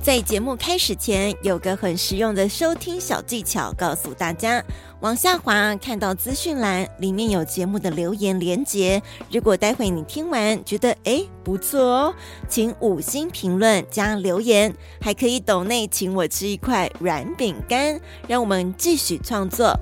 在节目开始前，有个很实用的收听小技巧告诉大家，往下滑看到资讯栏，里面有节目的留言连结，如果待会你听完觉得不错哦，请5星评论加留言，还可以抖内请我吃一块软饼干，让我们继续创作。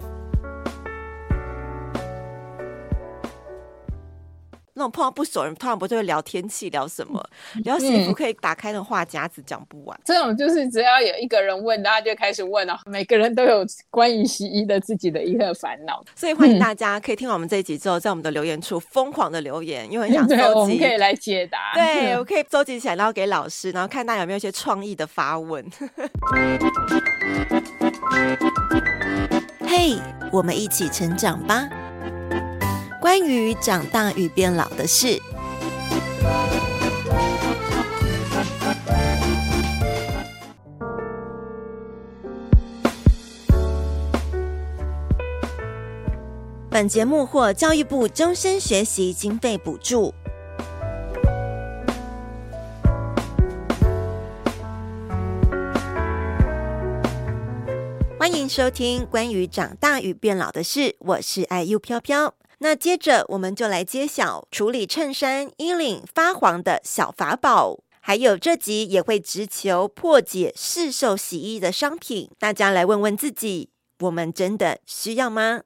那种碰到不熟人，通常不是会聊天气，聊什么？聊洗衣服可以打开的话匣子讲不完。 这种就是只要有一个人问，大家就开始问了，每个人都有关于洗衣的自己的一个烦恼。 所以欢迎大家可以听完我们这一集之后，在我们的留言处疯狂的留言，因为很想收集， 我们可以来解答。 对，我可以收集起来，然后给老师，然后看大家有没有一些创意的发问。嘿，我们一起成长吧。关于长大与变老的事。本节目获教育部终身学习经费补助。欢迎收听关于长大与变老的事，我是IU飘飘。那接着我们就来揭晓处理衬衫衣领发黄的小法宝，还有这集也会直球破解市售洗衣的商品，大家来问问自己，我们真的需要吗？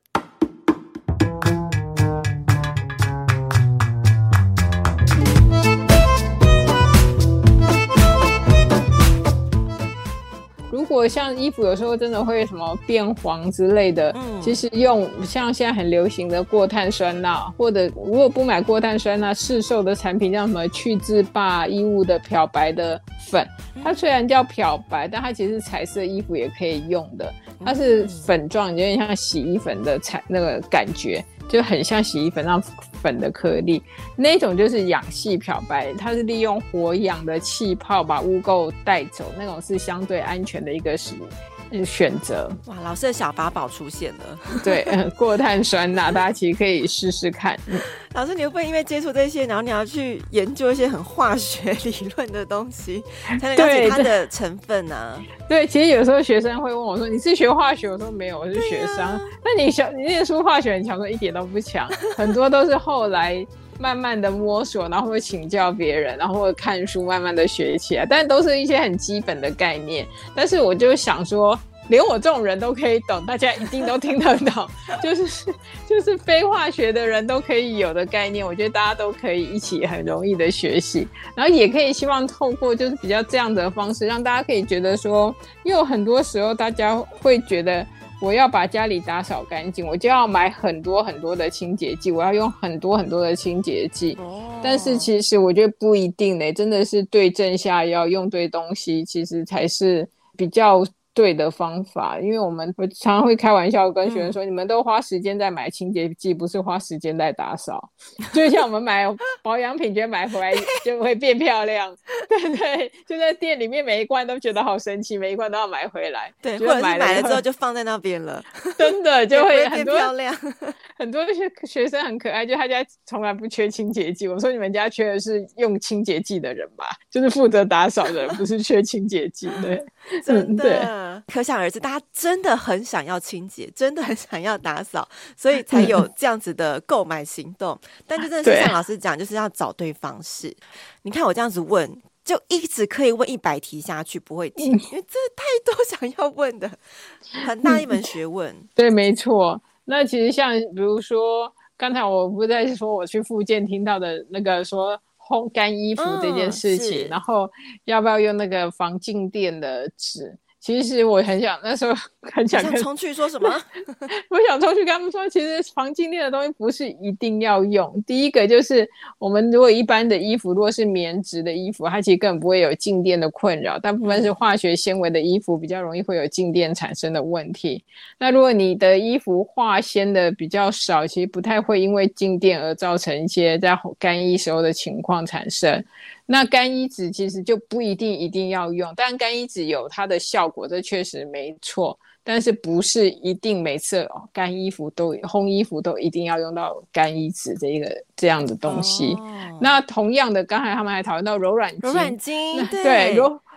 如果像衣服有时候真的会什么变黄之类的，其实用像现在很流行的过碳酸钠，或者如果不买过碳酸钠市售的产品，像什么去渍霸衣物的漂白的粉，它虽然叫漂白，但它其实是彩色衣服也可以用的，它是粉状，有点像洗衣粉的那个感觉，就很像洗衣粉那粉的颗粒，那种就是氧系漂白，它是利用活氧的气泡把污垢带走，那种是相对安全的一个选择。 哇，老师的小法宝出现了。 对，过碳酸钠大家其实可以试试看。 老师，你会不会因为接触这些，然后你要去研究一些很化学理论的东西，才能了解它的成分啊？ 对，其实有时候学生会问我说：“你是学化学？”我说：“没有，我是学商。”那你念书化学很强，说一点都不强，很多都是后来慢慢的摸索，然后会请教别人，然后会看书，慢慢的学起来，但都是一些很基本的概念。但是我就想说，连我这种人都可以懂，大家一定都听得懂，就是非化学的人都可以有的概念，我觉得大家都可以一起很容易的学习，然后也可以希望透过就是比较这样的方式，让大家可以觉得说，因为很多时候大家会觉得我要把家里打扫干净，我就要买很多很多的清洁剂，我要用很多很多的清洁剂，但是其实我觉得不一定呢，真的是对症下药，用对东西其实才是比较对的方法。因为我常常会开玩笑跟学生说，你们都花时间在买清洁剂，不是花时间在打扫。就像我们买保养品，觉得买回来就会变漂亮，对对，就在店里面每一罐都觉得好神奇，每一罐都要买回来， 对，或者是买了之后就放在那边了， 真的就会很多变漂亮。 很多学生很可爱，就他家从来不缺清洁剂。我说你们家缺的是用清洁剂的人吧，就是负责打扫的人，不是缺清洁剂。对， 真的，可想而知，大家真的很想要清洁，真的很想要打扫，所以才有这样子的购买行动。但就真的是像老师讲，就是要找对方式。你看我这样子问，就一直可以问100题下去不会停，因为真的太多想要问的，很大一门学问。 对，没错。那其实像比如说刚才我不是在说我去复健听到的那个说烘干衣服这件事情，然后要不要用那个防静电的纸，其实我很想那时候很想冲去说什么我想冲去跟他们说，其实防静电的东西不是一定要用。第一个就是我们如果一般的衣服，如果是棉质的衣服，它其实根本不会有静电的困扰，大部分是化学纤维的衣服比较容易会有静电产生的问题。那如果你的衣服化纤的比较少，其实不太会因为静电而造成一些在干衣时候的情况产生。那干衣纸其实就不一定要用，但干衣纸有它的效果，这确实没错，但是不是一定每次干衣服烘衣服都一定要用到干衣纸这样的东西。那同样的，刚才他们还讨论到柔软巾， 对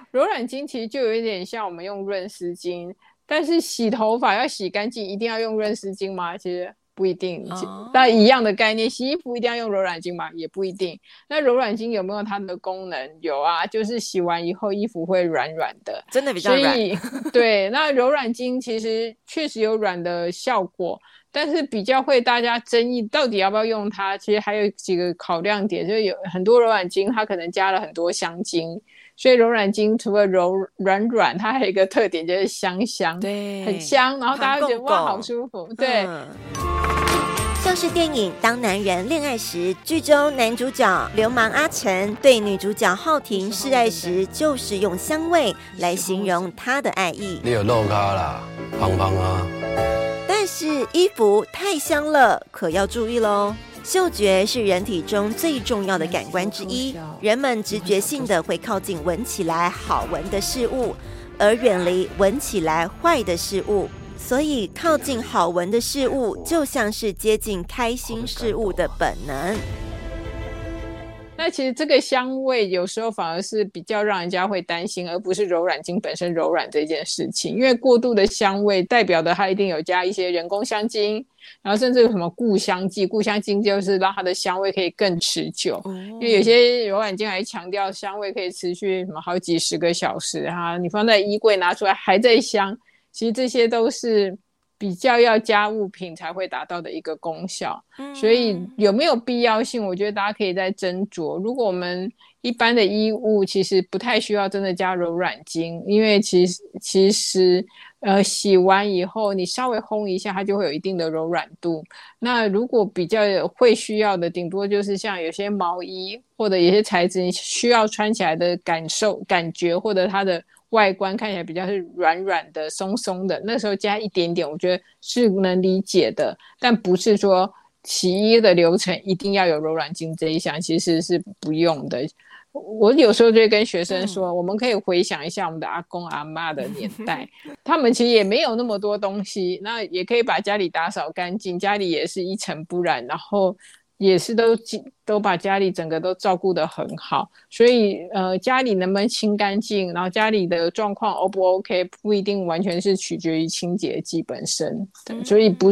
柔软巾其实就有一点像我们用润湿巾，但是洗头发要洗干净，一定要用润湿巾吗？其实不一定。但一样的概念，洗衣服一定要用柔软巾吗？也不一定。那柔软巾有没有它的功能？有啊，就是洗完以后衣服会软软的， 真的比较软。 所以对，那柔软巾其实确实有软的效果。但是比较会大家争议到底要不要用它，其实还有几个考量点，就是有很多柔软巾它可能加了很多香精，所以柔软巾除了软，它还有一个特点就是香， 对， 很香，然后大家觉得哇好舒服，对。 像是电影《当男人恋爱时》，剧中男主角流氓阿成对女主角浩婷示爱时，就是用香味来形容他的爱意。 你有肉咖啦，胖胖啊。 但是衣服太香了，可要注意咯。嗅觉是人体中最重要的感官之一，人们直觉性的会靠近闻起来好闻的事物，而远离闻起来坏的事物。所以靠近好闻的事物，就像是接近开心事物的本能。 那其实这个香味有时候反而是比较让人家会担心，而不是柔软巾本身柔软这件事情。因为过度的香味代表的它一定有加一些人工香精，然后甚至有什么固香剂，固香剂就是让它的香味可以更持久。因为有些柔软巾还强调香味可以持续什么好几十个小时啊，你放在衣柜拿出来还在香，其实这些都是比较要加物品才会达到的一个功效。所以有没有必要性，我觉得大家可以再斟酌。如果我们一般的衣物其实不太需要真的加柔软巾，因为其实洗完以后你稍微烘一下它就会有一定的柔软度。那如果比较会需要的，顶多就是像有些毛衣或者有些材质你需要穿起来的感觉，或者它的外观看起来比较是软软的松松的，那时候加一点点我觉得是能理解的。但不是说洗衣的流程一定要有柔软巾这一项，其实是不用的。我有时候就会跟学生说，我们可以回想一下我们的阿公阿嬷的年代，他们其实也没有那么多东西，那也可以把家里打扫干净，家里也是一尘不染，然后也是都把家里整个都照顾得很好。所以家里能不能清干净，然后家里的状况 O 不 OK 不一定完全是取决于清洁剂本身，所以不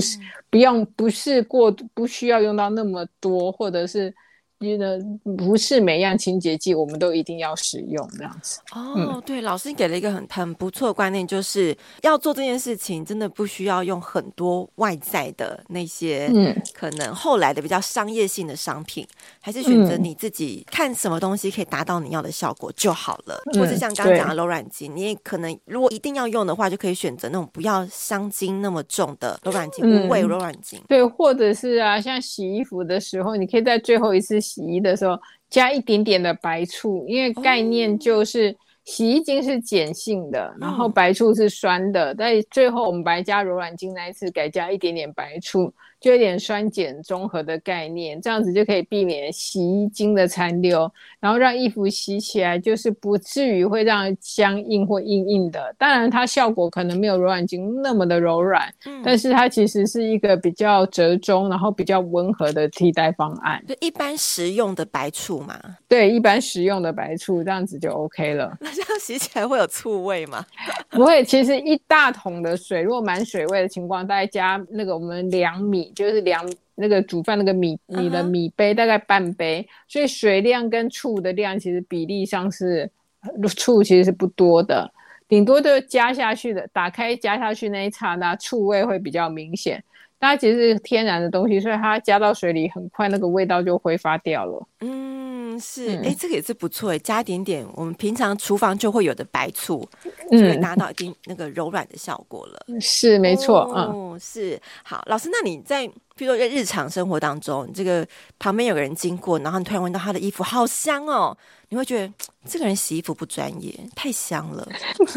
需要用到那么多，或者是不是每样清洁剂我们都一定要使用这样子。 对，老师给了一个很不错的观念，就是要做这件事情真的不需要用很多外在的那些可能后来的比较商业性的商品，还是选择你自己看什么东西可以达到你要的效果就好了。或是像刚刚讲的柔软巾，你也可能如果一定要用的话，就可以选择那种不要香精那么重的柔软巾，无味柔软巾。 对，或者是像洗衣服的时候，你可以在最后一次洗衣的时候加一点点的白醋，因为概念就是洗衣精是碱性的，然后白醋是酸的，在最后我们白加柔软巾那一次改加一点点白醋，就有点酸碱中和的概念，这样子就可以避免洗衣精的残留，然后让衣服洗起来就是不至于会让僵硬或硬硬的。当然它效果可能没有柔软巾那么的柔软，但是它其实是一个比较折中然后比较温和的替代方案。 就一般食用的白醋嘛？ 对，一般食用的白醋，这样子就 OK 了。 那这样洗起来会有醋味吗？ 不会，其实一大桶的水，如果满水位的情况，大概加那个我们量米，就是量那个煮饭那个米的米杯，大概半杯，所以水量跟醋的量其实比例上是醋其实是不多的，顶多就加下去的，打开加下去那一刹那，醋味会比较明显。它其实是天然的东西，所以它加到水里很快那个味道就挥发掉了。 是，这个也是不错，加点点我们平常厨房就会有的白醋，就会达到一定那个柔软的效果了。 是，没错。 是。好，老师，那你在比如说在日常生活当中，这个旁边有个人经过，然后你突然闻到他的衣服好香哦，你会觉得这个人洗衣服不专业，太香了。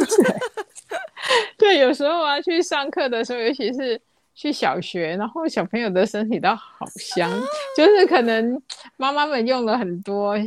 对，有时候去上课的时候，尤其是去小学，然后小朋友的身体都好香，就是可能妈妈们用了很多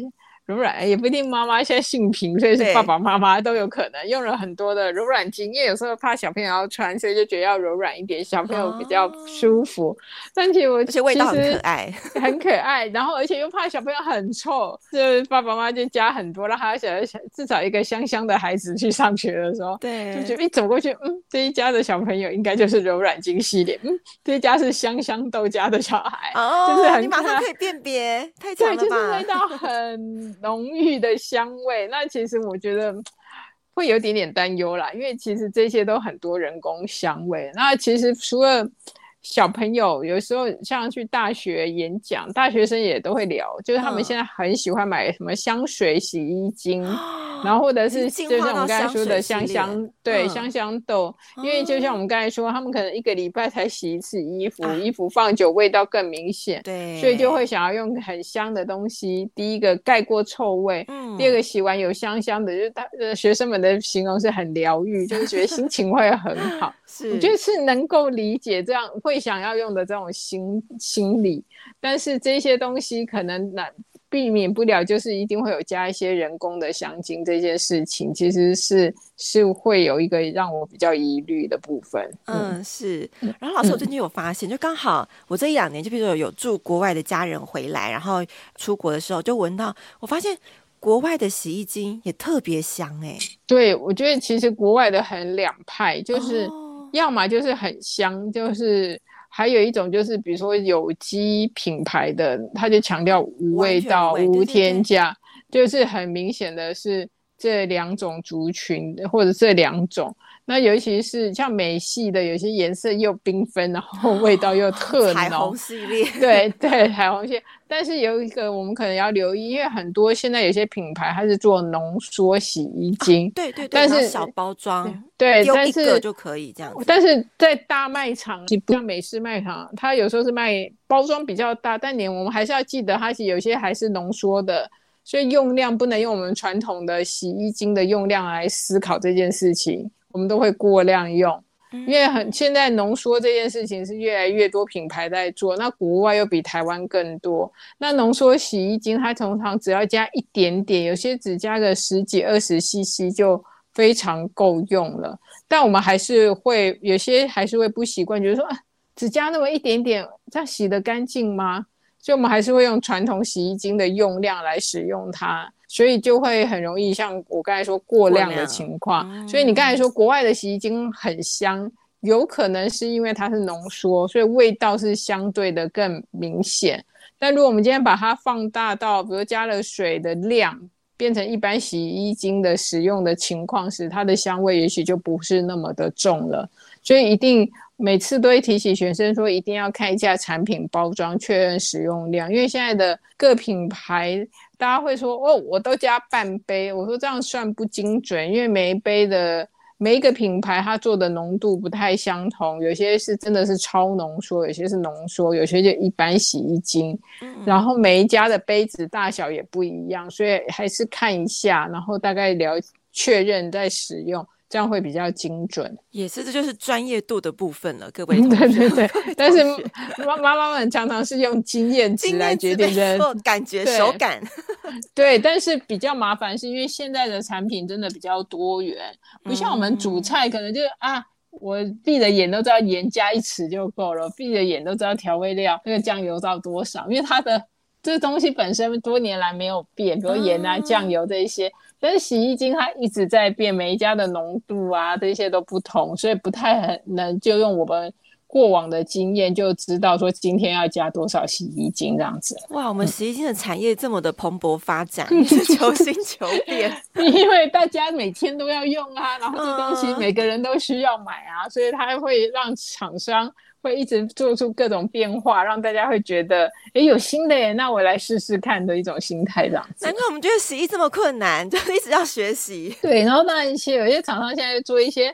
柔软，也不一定妈妈现在性平，所以是爸爸妈妈都有可能用了很多的柔软巾，因为有时候怕小朋友要穿，所以就觉得要柔软一点，小朋友比较舒服。但其实而且味道很可爱， 很可爱，然后而且又怕小朋友很臭，就是爸爸妈妈就加很多，让他至少一个香香的孩子去上学的时候， 对， 就觉得一走过去，这一家的小朋友应该就是柔软巾系列，这一家是香香豆家的小孩，就是很你马上可以辨别，太强了吧？ 对，就是味道很浓郁的香味。那其实我觉得会有点点担忧啦，因为其实这些都很多人工香味。那其实除了小朋友，有时候像去大学演讲，大学生也都会聊，就是他们现在很喜欢买什么香水、洗衣精，然后或者是就像我们刚才说的香香，对，香香豆，因为就像我们刚才说，他们可能1个礼拜才洗一次衣服，衣服放久味道更明显， 对， 所以就会想要用很香的东西，第一个盖过臭味，第二个洗完有香香的，就是学生们的形容是很疗愈，就是觉得心情会很好。我觉得是能够理解这样会想要用的这种心理，但是这些东西可能避免不了，就是一定会有加一些人工的香精，这件事情其实是会有一个让我比较疑虑的部分。 是。然后老师，我最近有发现，就刚好我这1-2年，就比如说有住国外的家人回来，然后出国的时候就闻到，我发现国外的洗衣精也特别香对，我觉得其实国外的很两派，就是要么就是很香，就是还有一种就是比如说有机品牌的，他就强调无味道、无添加，就是很明显的是这2种族群或者这2种。那尤其是像美系的，有些颜色又缤纷，然后味道又特浓， 彩虹系列， 对，彩虹系列。但是有一个我们可能要留意，因为很多现在有些品牌它是做浓缩洗衣精， 对， 但是小包装， 对， 丢一个就可以这样子。 但是在大卖场，不像美式卖场，它有时候是卖包装比较大，但我们还是要记得，它有些还是浓缩的。所以用量不能用我们传统的洗衣精的用量来思考这件事情，我们都会过量用，因为现在浓缩这件事情是越来越多品牌在做，那国外又比台湾更多。那浓缩洗衣精它通常只要加一点点，有些只加个10几20 cc 就非常够用了。但我们还是会有些还是会不习惯，觉得说只加那么一点点，这样洗得干净吗？所以我们还是会用传统洗衣精的用量来使用它，所以就会很容易像我刚才说过量的情况。所以你刚才说国外的洗衣精很香，有可能是因为它是浓缩，所以味道是相对的更明显。但如果我们今天把它放大到比如加了水的量变成一般洗衣精的使用的情况时，它的香味也许就不是那么的重了。所以一定每次都会提醒学生说，一定要看一下产品包装，确认使用量。因为现在的各品牌大家会说我都加半杯，我说这样算不精准，因为每一个品牌它做的浓度不太相同，有些是真的是超浓缩，有些是浓缩，有些就一般洗衣精，然后每一家的杯子大小也不一样，所以还是看一下，然后大概确认再使用，这样会比较精准。 也是，这就是专业度的部分了，各位同学。 对，但是妈妈们常常是用经验值来决定的感觉手感。 对，但是比较麻烦是因为现在的产品真的比较多元，不像我们煮菜可能就我闭着眼都知道盐加1匙就够了，闭着眼都知道调味料那个酱油到多少，因为它的这东西本身多年来没有变，比如盐酱油这一些，但是洗衣精它一直在变，每一家的浓度这些都不同，所以不太能就用我们过往的经验就知道说今天要加多少洗衣精这样子。 哇，我们洗衣精的产业这么的蓬勃发展，是求新求变。 因为大家每天都要用然后这东西每个人都需要买所以它会让厂商会一直做出各种变化，让大家会觉得有新的耶，那我来试试看的一种心态这样子。 难怪我们觉得洗衣这么困难，就一直要学习。 对，然后当然有些厂商现在做一些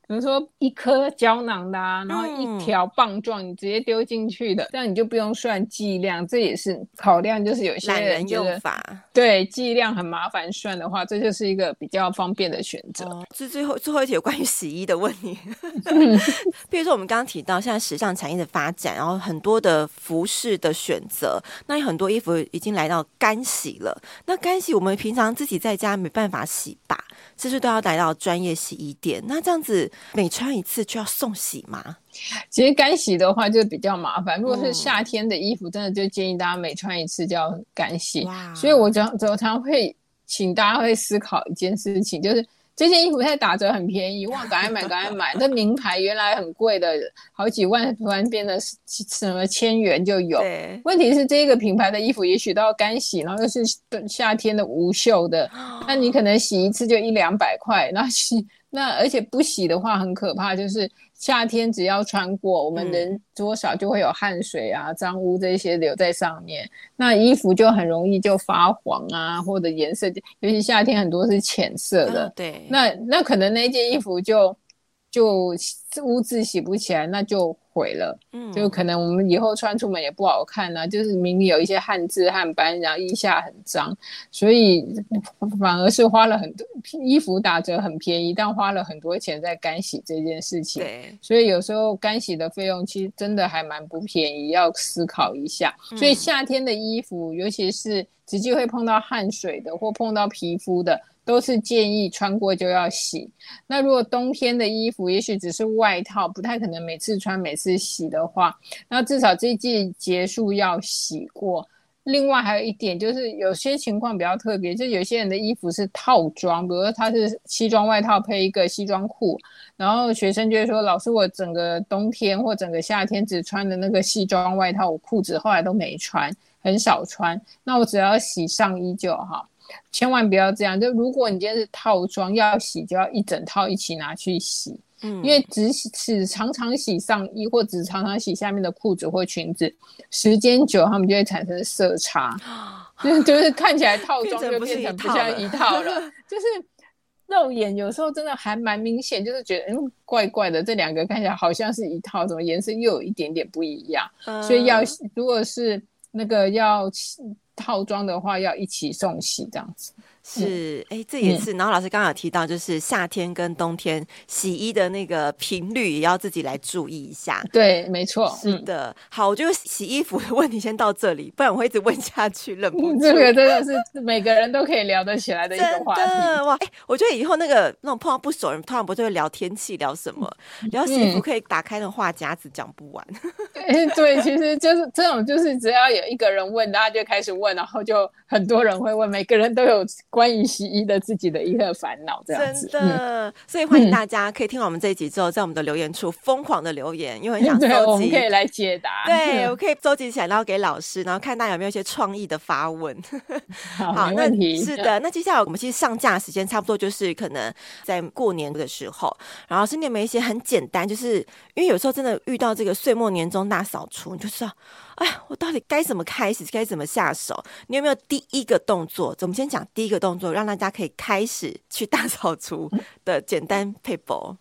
比如说一颗胶囊的然后一条棒状你直接丢进去的，这样你就不用算剂量，这也是考量，就是有些人觉得用法， 对剂量很麻烦算的话，这就是一个比较方便的选择。 这最后一题有关于洗衣的问题。比如说我们刚刚提到现在时尚产业的发展，然后很多的服饰的选择，那有很多衣服已经来到干洗了，那干洗我们平常自己在家没办法洗吧，是不是都要来到专业洗衣店？那这样子每穿一次就要送洗吗？ 其实干洗的话就比较麻烦，如果是夏天的衣服，真的就建议大家每穿一次就要干洗。所以我常会请大家会思考一件事情，就是这件衣服现在打折很便宜，哇，赶快买赶快买。这名牌原来很贵的，好几万突然变得什么1000元就有。问题是这个品牌的衣服也许都要干洗，然后又是夏天的无袖的，那你可能洗一次就100-200块，那而且不洗的话很可怕，就是夏天只要穿过，我们人多少就会有汗水啊、脏污这些留在上面，那衣服就很容易就发黄啊，或者颜色，尤其夏天很多是浅色的， 对， 那可能那件衣服就污渍洗不起来，那就毁了。就可能我们以后穿出门也不好看啊，就是明明有一些汗渍汗斑，然后腋下很脏，所以反而是花了很多，衣服打折很便宜，但花了很多钱在干洗这件事情。 对， 所以有时候干洗的费用其实真的还蛮不便宜，要思考一下。所以夏天的衣服，尤其是直接会碰到汗水的或碰到皮肤的，都是建议穿过就要洗。那如果冬天的衣服也许只是外套，不太可能每次穿每次洗的话，那至少这一季结束要洗过。另外还有一点就是有些情况比较特别，就有些人的衣服是套装，比如说他是西装外套配一个西装裤，然后学生就会说，老师我整个冬天或整个夏天只穿的那个西装外套，我裤子后来都没穿，很少穿，那我只要洗上衣就好。千万不要这样，就如果你今天是套装要洗，就要一整套一起拿去洗。因为只常常洗上衣或只常常洗下面的裤子或裙子，时间久他们就会产生色差，就是看起来套装就变成不像一套了，就是肉眼有时候真的还蛮明显，就是觉得怪怪的，这两个看起来好像是一套，怎么颜色又有一点点不一样，所以如果是那个要套装的话要一起送洗这样子。 是，这也是。然后老师刚刚有提到，就是夏天跟冬天洗衣的那个频率也要自己来注意一下。 对，没错。 是的。好，我觉得洗衣服的问题先到这里，不然我会一直问下去，忍不住。 这个真的是每个人都可以聊得起来的一个话题。 哇，我觉得以后那种碰到不熟人，通常不就会聊天气，聊什么？聊洗衣服可以打开那话匣子讲不完。 对，其实就是这种，就是只要有一个人问，大家就开始问，然后就很多人会问，每个人都有关于洗衣的自己的一个烦恼，这样子。 真的，所以欢迎大家可以听完我们这一集之后，在我们的留言处疯狂的留言，因为很想收集， 对，我们可以来解答。 对，我可以收集起来，然后给老师，然后看大家有没有一些创意的发问。 好，没问题。 是的，那接下来我们其实上架时间差不多就是可能在过年的时候，然后是你们一些很简单，就是因为有时候真的遇到这个岁末年终大扫除，你就知道，我到底该怎么开始，该怎么下手？你有没有第一个动作？我们先讲第一个动作，让大家可以开始去大扫除的简单撇步。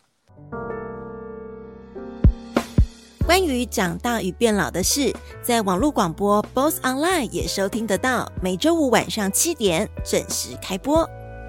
关于长大与变老的事，在网络广播 BOSS Online 也收听得到，每周五晚上7点准时开播。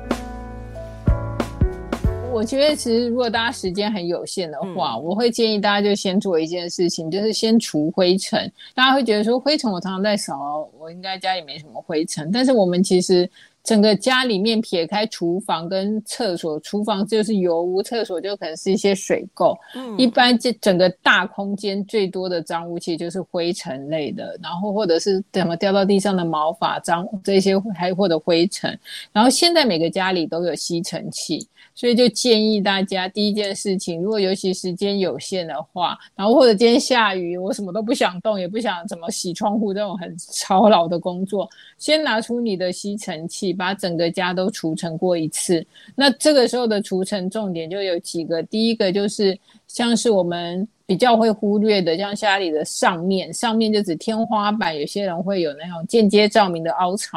我觉得其实如果大家时间很有限的话，我会建议大家就先做一件事情，就是先除灰尘。大家会觉得说灰尘我常常在扫，我应该家里没什么灰尘，但是我们其实整个家里面撇开厨房跟厕所，厨房就是油污，厕所就可能是一些水垢。一般这整个大空间最多的脏污其实就是灰尘类的，然后或者是怎么掉到地上的毛发脏这些，还或者灰尘。然后现在每个家里都有吸尘器，所以就建议大家第一件事情，如果尤其时间有限的话，然后或者今天下雨，我什么都不想动，也不想怎么洗窗户这种很操劳的工作，先拿出你的吸尘器，把整个家都除尘过一次。那这个时候的除尘重点就有几个，第一个就是像是我们比较会忽略的，像家里的上面就指天花板，有些人会有那种间接照明的凹槽，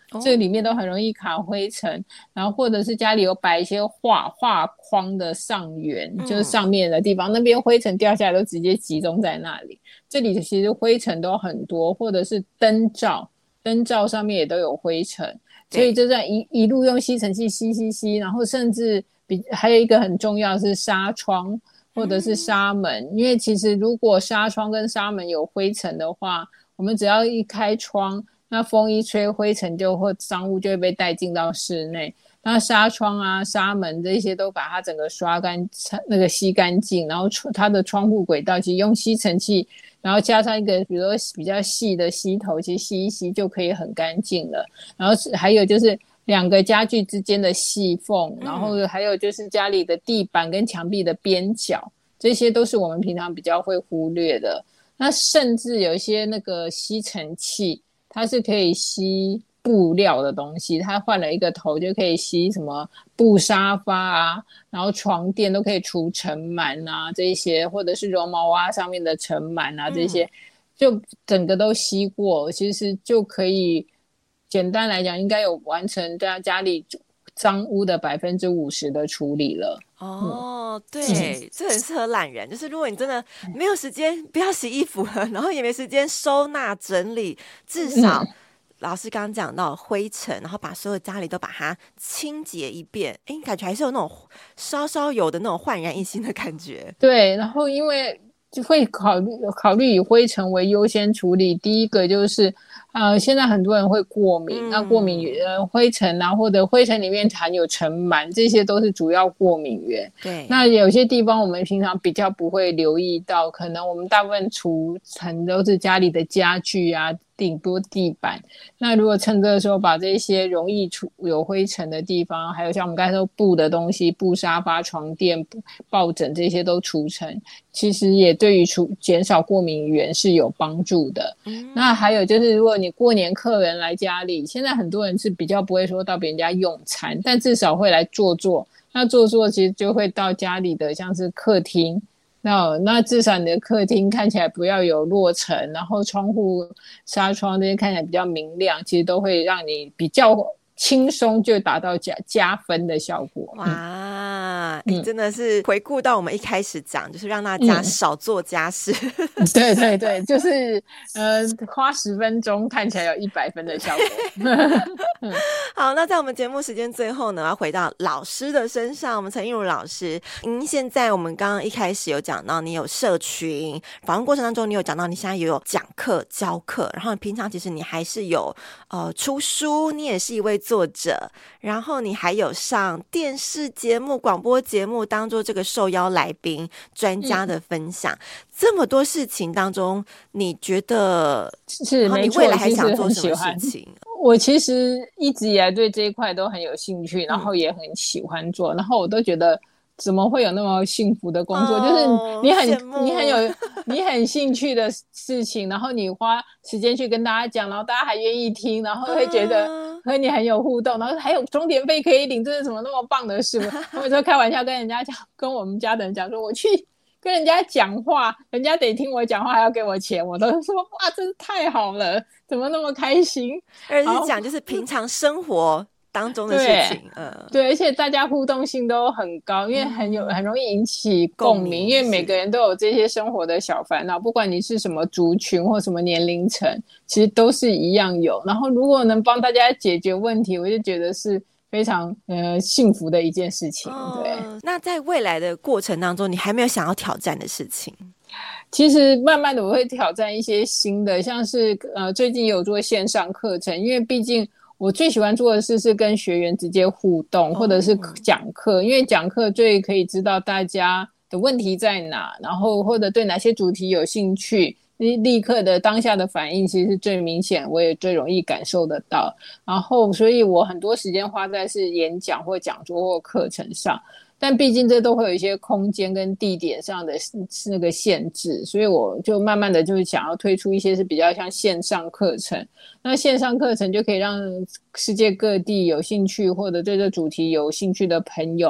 这里面都很容易卡灰尘。然后或者是家里有摆一些画框的上缘，就是上面的地方，那边灰尘掉下来都直接集中在那里。这里其实灰尘都很多，或者是灯罩上面也都有灰尘，所以就这样一路用吸尘器吸，然后甚至还有一个很重要的是纱窗或者是纱门，因为其实如果纱窗跟纱门有灰尘的话，我们只要一开窗，那风一吹，灰尘或脏物就会被带进到室内。那纱窗啊、纱门这些都把它整个刷干，那个吸干净，然后它的窗户轨道其实用吸尘器，然后加上一个比如说比较细的吸头，其实吸一吸就可以很干净了。然后还有就是两个家具之间的细缝，然后还有就是家里的地板跟墙壁的边角，这些都是我们平常比较会忽略的。那甚至有一些那个吸尘器，它是可以吸布料的东西，它换了一个头就可以吸什么布沙发啊，然后床垫都可以除尘螨啊，这些或者是绒毛袜上面的尘螨啊，这些就整个都吸过，其实就可以简单来讲应该有完成家里脏污的50%的处理了。 对，这很适合懒人，就是如果你真的没有时间不要洗衣服了，然后也没时间收纳整理，至少老师刚刚讲到灰尘，然后把所有家里都把它清洁一遍，感觉还是有那种稍稍有的那种焕然一新的感觉。 对，然后因为就会考虑以灰尘为优先处理。第一个就是现在很多人会过敏，那过敏灰尘啊，或者灰尘里面含有尘螨，这些都是主要过敏源。 对， 那有些地方我们平常比较不会留意到，可能我们大部分除尘都是家里的家具啊，顶多地板。那如果趁这个时候把这些容易有灰尘的地方，还有像我们刚才说布的东西，布沙发、床垫、抱枕这些都除尘，其实也对于减少过敏源是有帮助的。那还有就是如果你过年客人来家里，现在很多人是比较不会说到别人家用餐，但至少会来坐坐。那坐坐其实就会到家里的像是客厅，那至少你的客厅看起来不要有落尘，然后窗户纱窗这些看起来比较明亮，其实都会让你比较轻松就达到加分的效果。 哇，真的是回顾到我们一开始讲，就是让大家少做家事。 对对对，就是花10分钟看起来有100分的效果。 好，那在我们节目时间最后呢，要回到老师的身上。我们陈映如老师，您现在我们刚刚一开始有讲到你有社群，访问过程当中你有讲到你现在也有讲课教课，然后平常其实你还是有出书，你也是一位作者，然后你还有上电视节目、广播节目当做这个受邀来宾、专家的分享。这么多事情当中，你觉得是你未来还想做什么事情？ 我其实一直以来对这一块都很有兴趣，然后也很喜欢做，然后我都觉得怎么会有那么幸福的工作，就是你很兴趣的事情，然后你花时间去跟大家讲，然后大家还愿意听，然后会觉得和你很有互动，然后还有钟点费可以领，这是什么那么棒的事？我有时候开玩笑跟人家讲，跟我们家的人讲说，我去跟人家讲话，人家得听我讲话还要给我钱，我都说哇真是太好了，怎么那么开心。 而且是讲就是平常生活当中的事情。 对，而且大家互动性都很高，因为很容易引起共鸣，因为每个人都有这些生活的小烦恼，不管你是什么族群或什么年龄层，其实都是一样有。然后如果能帮大家解决问题，我就觉得是非常幸福的一件事情。对， 那在未来的过程当中，你还没有想要挑战的事情？ 其实慢慢的我会挑战一些新的，像是最近有做线上课程，因为毕竟我最喜欢做的事是跟学员直接互动，或者是讲课，因为讲课最可以知道大家的问题在哪，然后或者对哪些主题有兴趣，立刻的当下的反应其实是最明显，我也最容易感受得到。然后所以我很多时间花在是演讲或讲座或课程上，但毕竟这都会有一些空间跟地点上的那个限制，所以我就慢慢的就是想要推出一些是比较像线上课程。那线上课程就可以让世界各地有兴趣或者对这主题有兴趣的朋友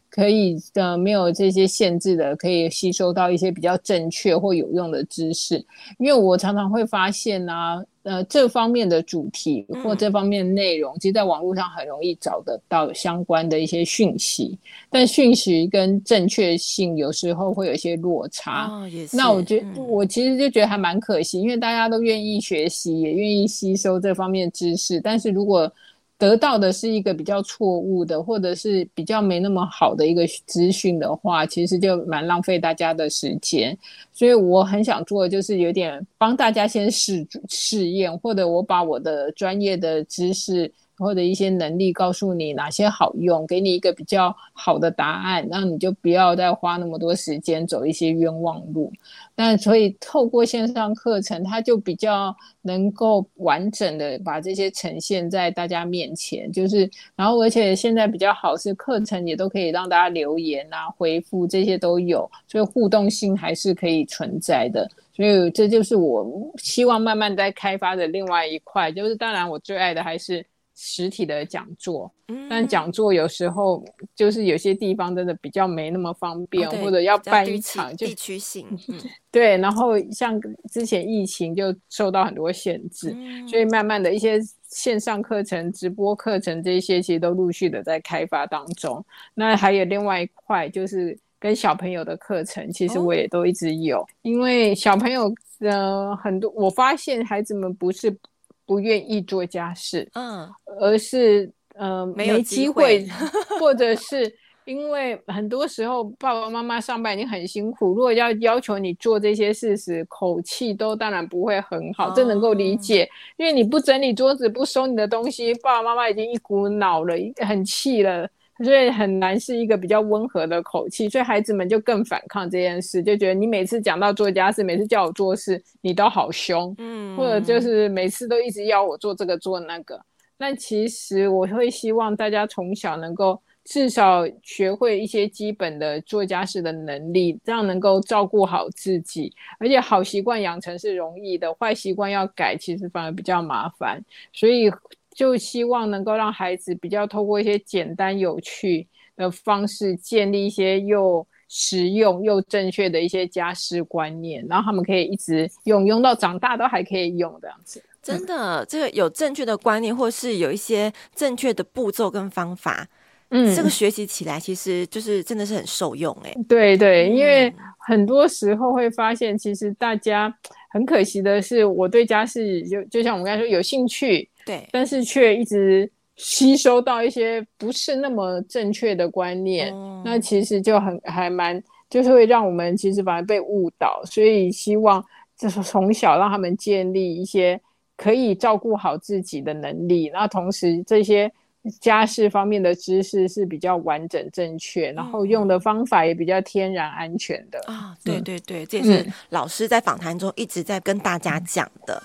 可以没有这些限制的，可以吸收到一些比较正确或有用的知识。因为我常常会发现啊，这方面的主题或这方面的内容，其实在网络上很容易找得到相关的一些讯息，但讯息跟正确性有时候会有一些落差。 也是。 那我其实就觉得还蛮可惜，因为大家都愿意学习，也愿意吸收这方面的知识，但是如果得到的是一个比较错误的，或者是比较没那么好的一个资讯的话，其实就蛮浪费大家的时间。所以我很想做的就是有点帮大家先试验，或者我把我的专业的知识或者一些能力告诉你哪些好用，给你一个比较好的答案，让你就不要再花那么多时间走一些冤枉路。但所以透过线上课程，它就比较能够完整的把这些呈现在大家面前，就是然后而且现在比较好是课程也都可以让大家留言啊回复，这些都有，所以互动性还是可以存在的。所以这就是我希望慢慢在开发的另外一块，就是当然我最爱的还是实体的讲座，但讲座有时候就是有些地方真的比较没那么方便，或者要办一场就地区性， 对，然后像之前疫情就受到很多限制，所以慢慢的一些线上课程、直播课程这些其实都陆续的在开发当中。那还有另外一块就是跟小朋友的课程，其实我也都一直有，因为小朋友很多，我发现孩子们不是不愿意做家事，而是没机会或者是因为很多时候爸爸妈妈上班已经很辛苦，如果要求你做这些事时，口气都当然不会很好，这能够理解，因为你不整理桌子不收你的东西，爸爸妈妈已经一股脑了，很气了，所以很难是一个比较温和的口气，所以孩子们就更反抗这件事，就觉得你每次讲到做家事，每次叫我做事你都好凶，或者就是每次都一直要我做这个做那个。那其实我会希望大家从小能够至少学会一些基本的做家事的能力，这样能够照顾好自己，而且好习惯养成是容易的，坏习惯要改其实反而比较麻烦，所以就希望能够让孩子比较透过一些简单有趣的方式建立一些又实用又正确的一些家事观念，然后他们可以一直用到长大都还可以用这样子。 真的，这个有正确的观念，或是有一些正确的步骤跟方法，这个学习起来其实就是真的是很受用对对，因为很多时候会发现，其实大家很可惜的是，我对家事就像我们刚才说有兴趣， 对， 但是却一直吸收到一些不是那么正确的观念，那其实就还蛮就是会让我们其实反而被误导，所以希望就是从小让他们建立一些可以照顾好自己的能力，然后同时这些家事方面的知识是比较完整正确，然后用的方法也比较天然安全的对对对，这也是老师在访谈中一直在跟大家讲的。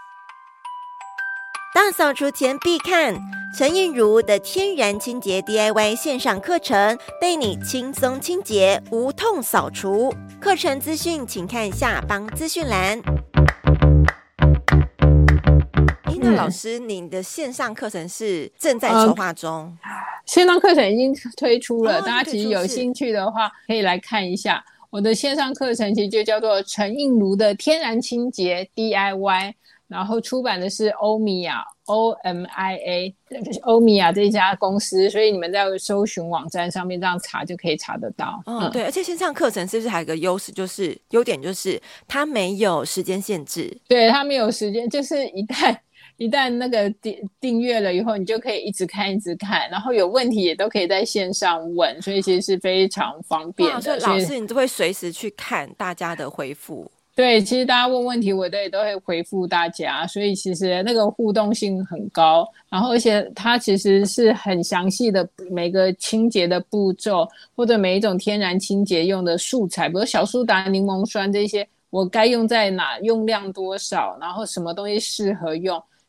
大扫除前必看陈映如的天然清洁 DIY 线上课程，带你轻松清洁无痛扫除。课程资讯请看下方资讯栏。那老师，你的线上课程是正在筹划中？ 线上课程已经推出了，大家其实有兴趣的话可以来看一下。我的线上课程其实就叫做陈映如的天然清洁 DIY， 然后出版的是欧米亚 OMIA 欧米亚这家公司，所以你们在搜寻网站上面这样查就可以查得到。 对，而且线上课程是不是还有个优势，就是优点就是它没有时间限制？ 对，它没有时间，就是一旦那个订阅了以后，你就可以一直看，然后有问题也都可以在线上问，所以其实是非常方便的。 所以老师你都会随时去看大家的回复。 对，其实大家问问题我也都会回复大家，所以其实那个互动性很高，然后而且它其实是很详细的每个清洁的步骤，或者每一种天然清洁用的素材，比如小苏打、柠檬酸这些，我该用在哪，用量多少，然后什么东西适合用，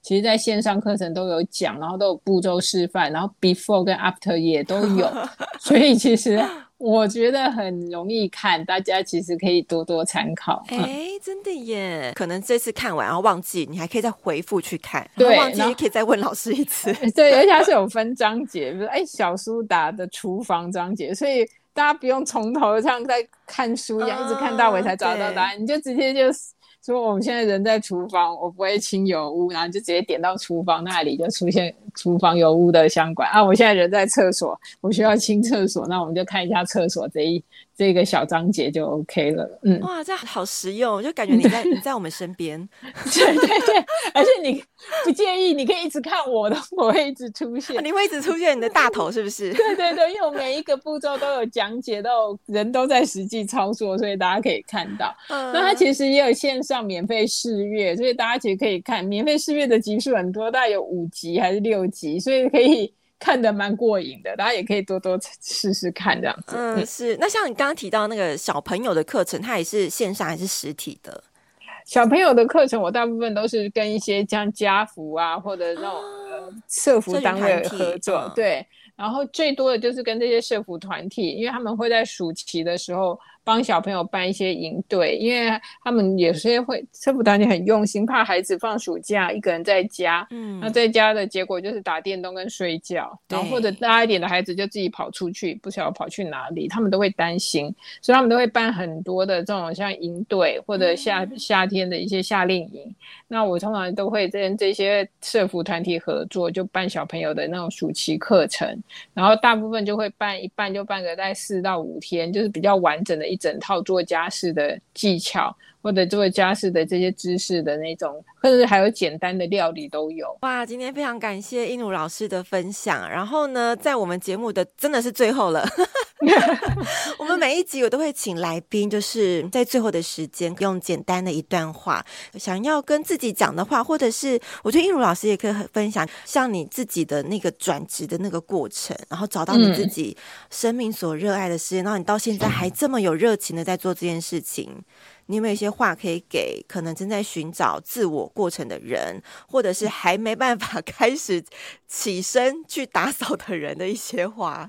其实在线上课程都有讲，然后都有步骤示范，然后 before 跟 after 也都有所以其实我觉得很容易看，大家其实可以多多参考。 真的耶，可能这次看完然后忘记，你还可以再回复去看， 对， 忘记可以再问老师一次。 对，而且它是有分章节，比如小苏打的厨房章节，所以大家不用从头像在看书一样一直看到尾才找到答案，你就直接就说我们现在人在厨房，我不会清油污，然后就直接点到厨房那里，就出现厨房油污的相关我现在人在厕所，我需要清厕所，那我们就看一下厕所这个小章节就 OK 了。 哇，这好实用，就感觉你在我们身边对对对，而且你不介意你可以一直看我的，我会一直出现， 你会一直出现你的大头是不是？ 对对对，因为我每一个步骤都有讲解，人都在实际操作，所以大家可以看到那它其实也有线上免费试阅，所以大家其实可以看免费试阅的集数很多，大概有5集还是6集，所以可以看得蛮过瘾的，大家也可以多多试试看这样子。 是。那像你刚刚提到那个小朋友的课程，它也是线上还是实体的？ 小朋友的课程我大部分都是跟一些像家福啊或者那种社福单位合作，对，然后最多的就是跟这些社福团体，因为他们会在暑期的时候帮小朋友办一些营队，因为他们有些社福团体很用心，怕孩子放暑假一个人在家，那在家的结果就是打电动跟睡觉，然后或者大一点的孩子就自己跑出去，不晓得跑去哪里，他们都会担心，所以他们都会办很多的这种像营队或者夏天的一些夏令营。那我通常都会跟这些社福团体合作，就办小朋友的那种暑期课程，然后大部分就会办一半，就办个大概4到5天，就是比较完整的一整套做家事的技巧或者做家事的这些知识的那种，或者是还有简单的料理都有。 哇，今天非常感谢映如老师的分享。然后呢，在我们节目的真的是最后了我们每一集我都会请来宾，就是在最后的时间用简单的一段话，想要跟自己讲的话，或者是我觉得映如老师也可以分享像你自己的那个转职的那个过程，然后找到你自己生命所热爱的事业，然后你到现在还这么有热情的在做这件事情。你有没有一些话可以给可能正在寻找自我过程的人，或者是还没办法开始起身去打扫的人的一些话？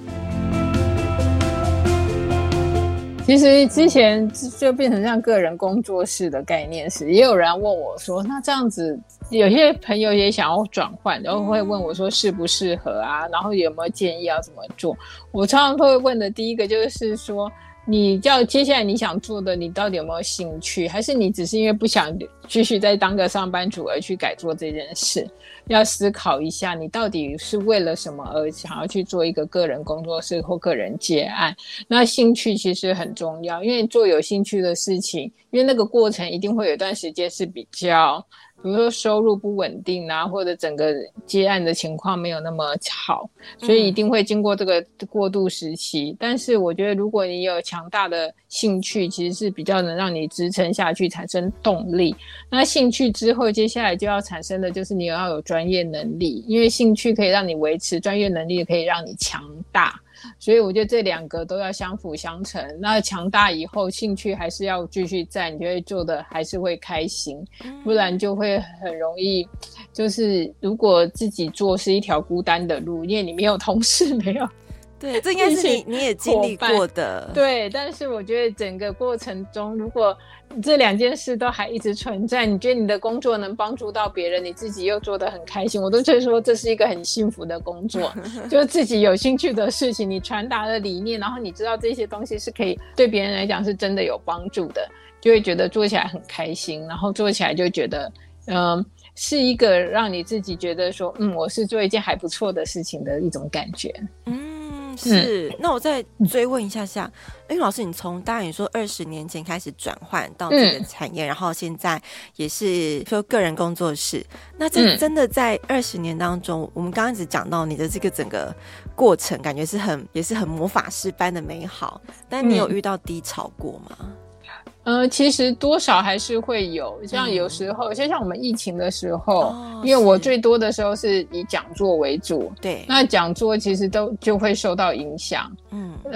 其实之前就变成像个人工作室的概念时，也有人问我说，那这样子有些朋友也想要转换，然后会问我说适不适合啊，然后有没有建议要怎么做。我常常都会问的第一个就是说，你接下来你想做的，你到底有没有兴趣？还是你只是因为不想继续再当个上班族而去改做这件事？要思考一下，你到底是为了什么而想要去做一个个人工作室或个人接案？那兴趣其实很重要，因为做有兴趣的事情，因为那个过程一定会有一段时间是比较，比如说收入不稳定啊，或者整个接案的情况没有那么好，所以一定会经过这个过渡时期。但是我觉得如果你有强大的兴趣，其实是比较能让你支撑下去，产生动力。那兴趣之后接下来就要产生的就是你要有专业能力，因为兴趣可以让你维持，专业能力可以让你强大。所以我觉得这两个都要相辅相成，那强大以后兴趣还是要继续在，你就会做的还是会开心，不然就会很容易就是如果自己做是一条孤单的路，因为你没有同事，没有， 对，这应该是你也经历过的。 对，但是我觉得整个过程中，如果这2件事都还一直存在，你觉得你的工作能帮助到别人，你自己又做得很开心，我都觉得说这是一个很幸福的工作就是自己有兴趣的事情，你传达的理念，然后你知道这些东西是可以对别人来讲是真的有帮助的，就会觉得做起来很开心，然后做起来就觉得是一个让你自己觉得说我是做一件还不错的事情的一种感觉。 是，那我再追问一下下，因为老师你从当然你说20年前开始转换到这个产业，然后现在也是说个人工作室，那这真的在20年当中，我们刚刚一直讲到你的这个整个过程感觉也是很魔法师般的美好，但你有遇到低潮过吗？ 其实多少还是会有，像有时候像我们疫情的时候，因为我最多的时候是以讲座为主， 对， 那讲座其实就会受到影响，然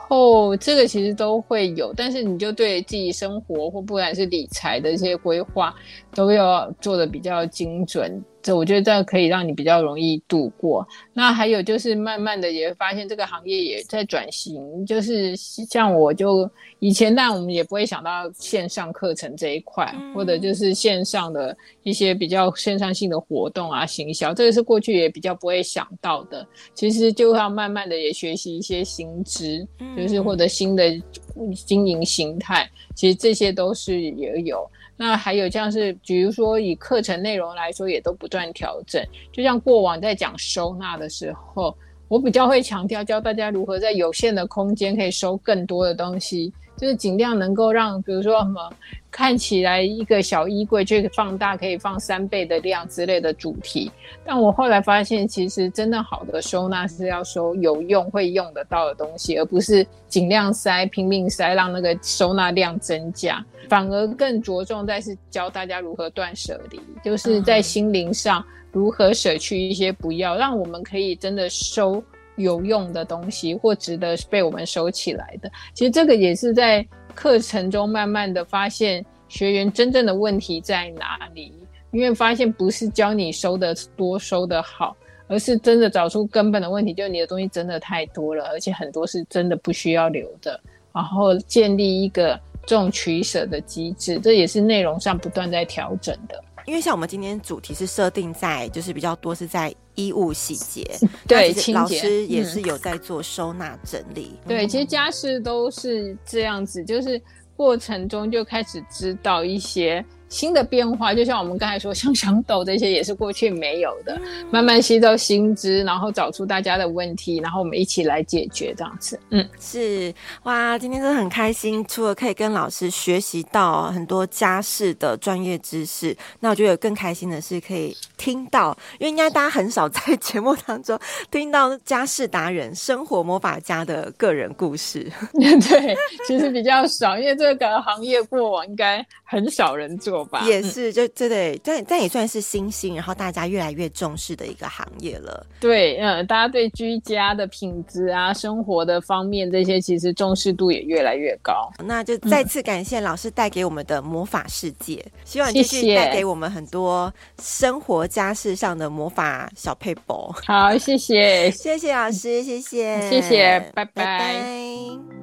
后这个其实都会有，但是你就对自己生活或不管是理财的这些规划都要做得比较精准，这我觉得这可以让你比较容易度过。那还有就是慢慢的也会发现这个行业也在转型，就是像我就以前但我们也不会想到线上课程这一块，或者就是线上的一些比较线上性的活动啊行销，这个是过去也比较不会想到的，其实就要慢慢的也学习一些新知，就是或者新的经营形态，其实这些都是也有。那还有像是比如说以课程内容来说也都不断调整，就像过往在讲收纳的时候，我比较会强调教大家如何在有限的空间可以收更多的东西，就是尽量能够让比如说什么看起来一个小衣柜就放大可以放3倍的量之类的主题，但我后来发现其实真正好的收纳是要收有用会用得到的东西，而不是尽量塞拼命塞让那个收纳量增加，反而更着重在是教大家如何断舍离，就是在心灵上如何舍去一些不要，让我们可以真的收有用的东西或值得被我们收起来的。其实这个也是在课程中慢慢的发现学员真正的问题在哪里，因为发现不是教你收的多收的好，而是真的找出根本的问题，就是你的东西真的太多了，而且很多是真的不需要留的，然后建立一个这种取舍的机制，这也是内容上不断在调整的。 因为像我们今天主题是设定在就是比较多是在衣物细节， 对， 老师也是有在做收纳整理， 对，其实家事都是这样子，就是过程中就开始知道一些新的变化，就像我们刚才说像想抖这些也是过去没有的，慢慢吸收新知，然后找出大家的问题，然后我们一起来解决这样子。 是哇，今天真的很开心，除了可以跟老师学习到很多家事的专业知识，那我觉得更开心的是可以听到，因为应该大家很少在节目当中听到家事达人生活魔法家的个人故事对，其实比较少，因为这个行业过往应该很少人做吧， 也是就对，但也算是新兴，然后大家越来越重视的一个行业了。 对，大家对居家的品质啊生活的方面这些其实重视度也越来越高。 那就再次感谢老师带给我们的魔法世界，希望继续带给我们很多生活家事上的魔法小撇步。 好，谢谢谢谢老师，谢谢， 谢谢，拜拜。 拜拜。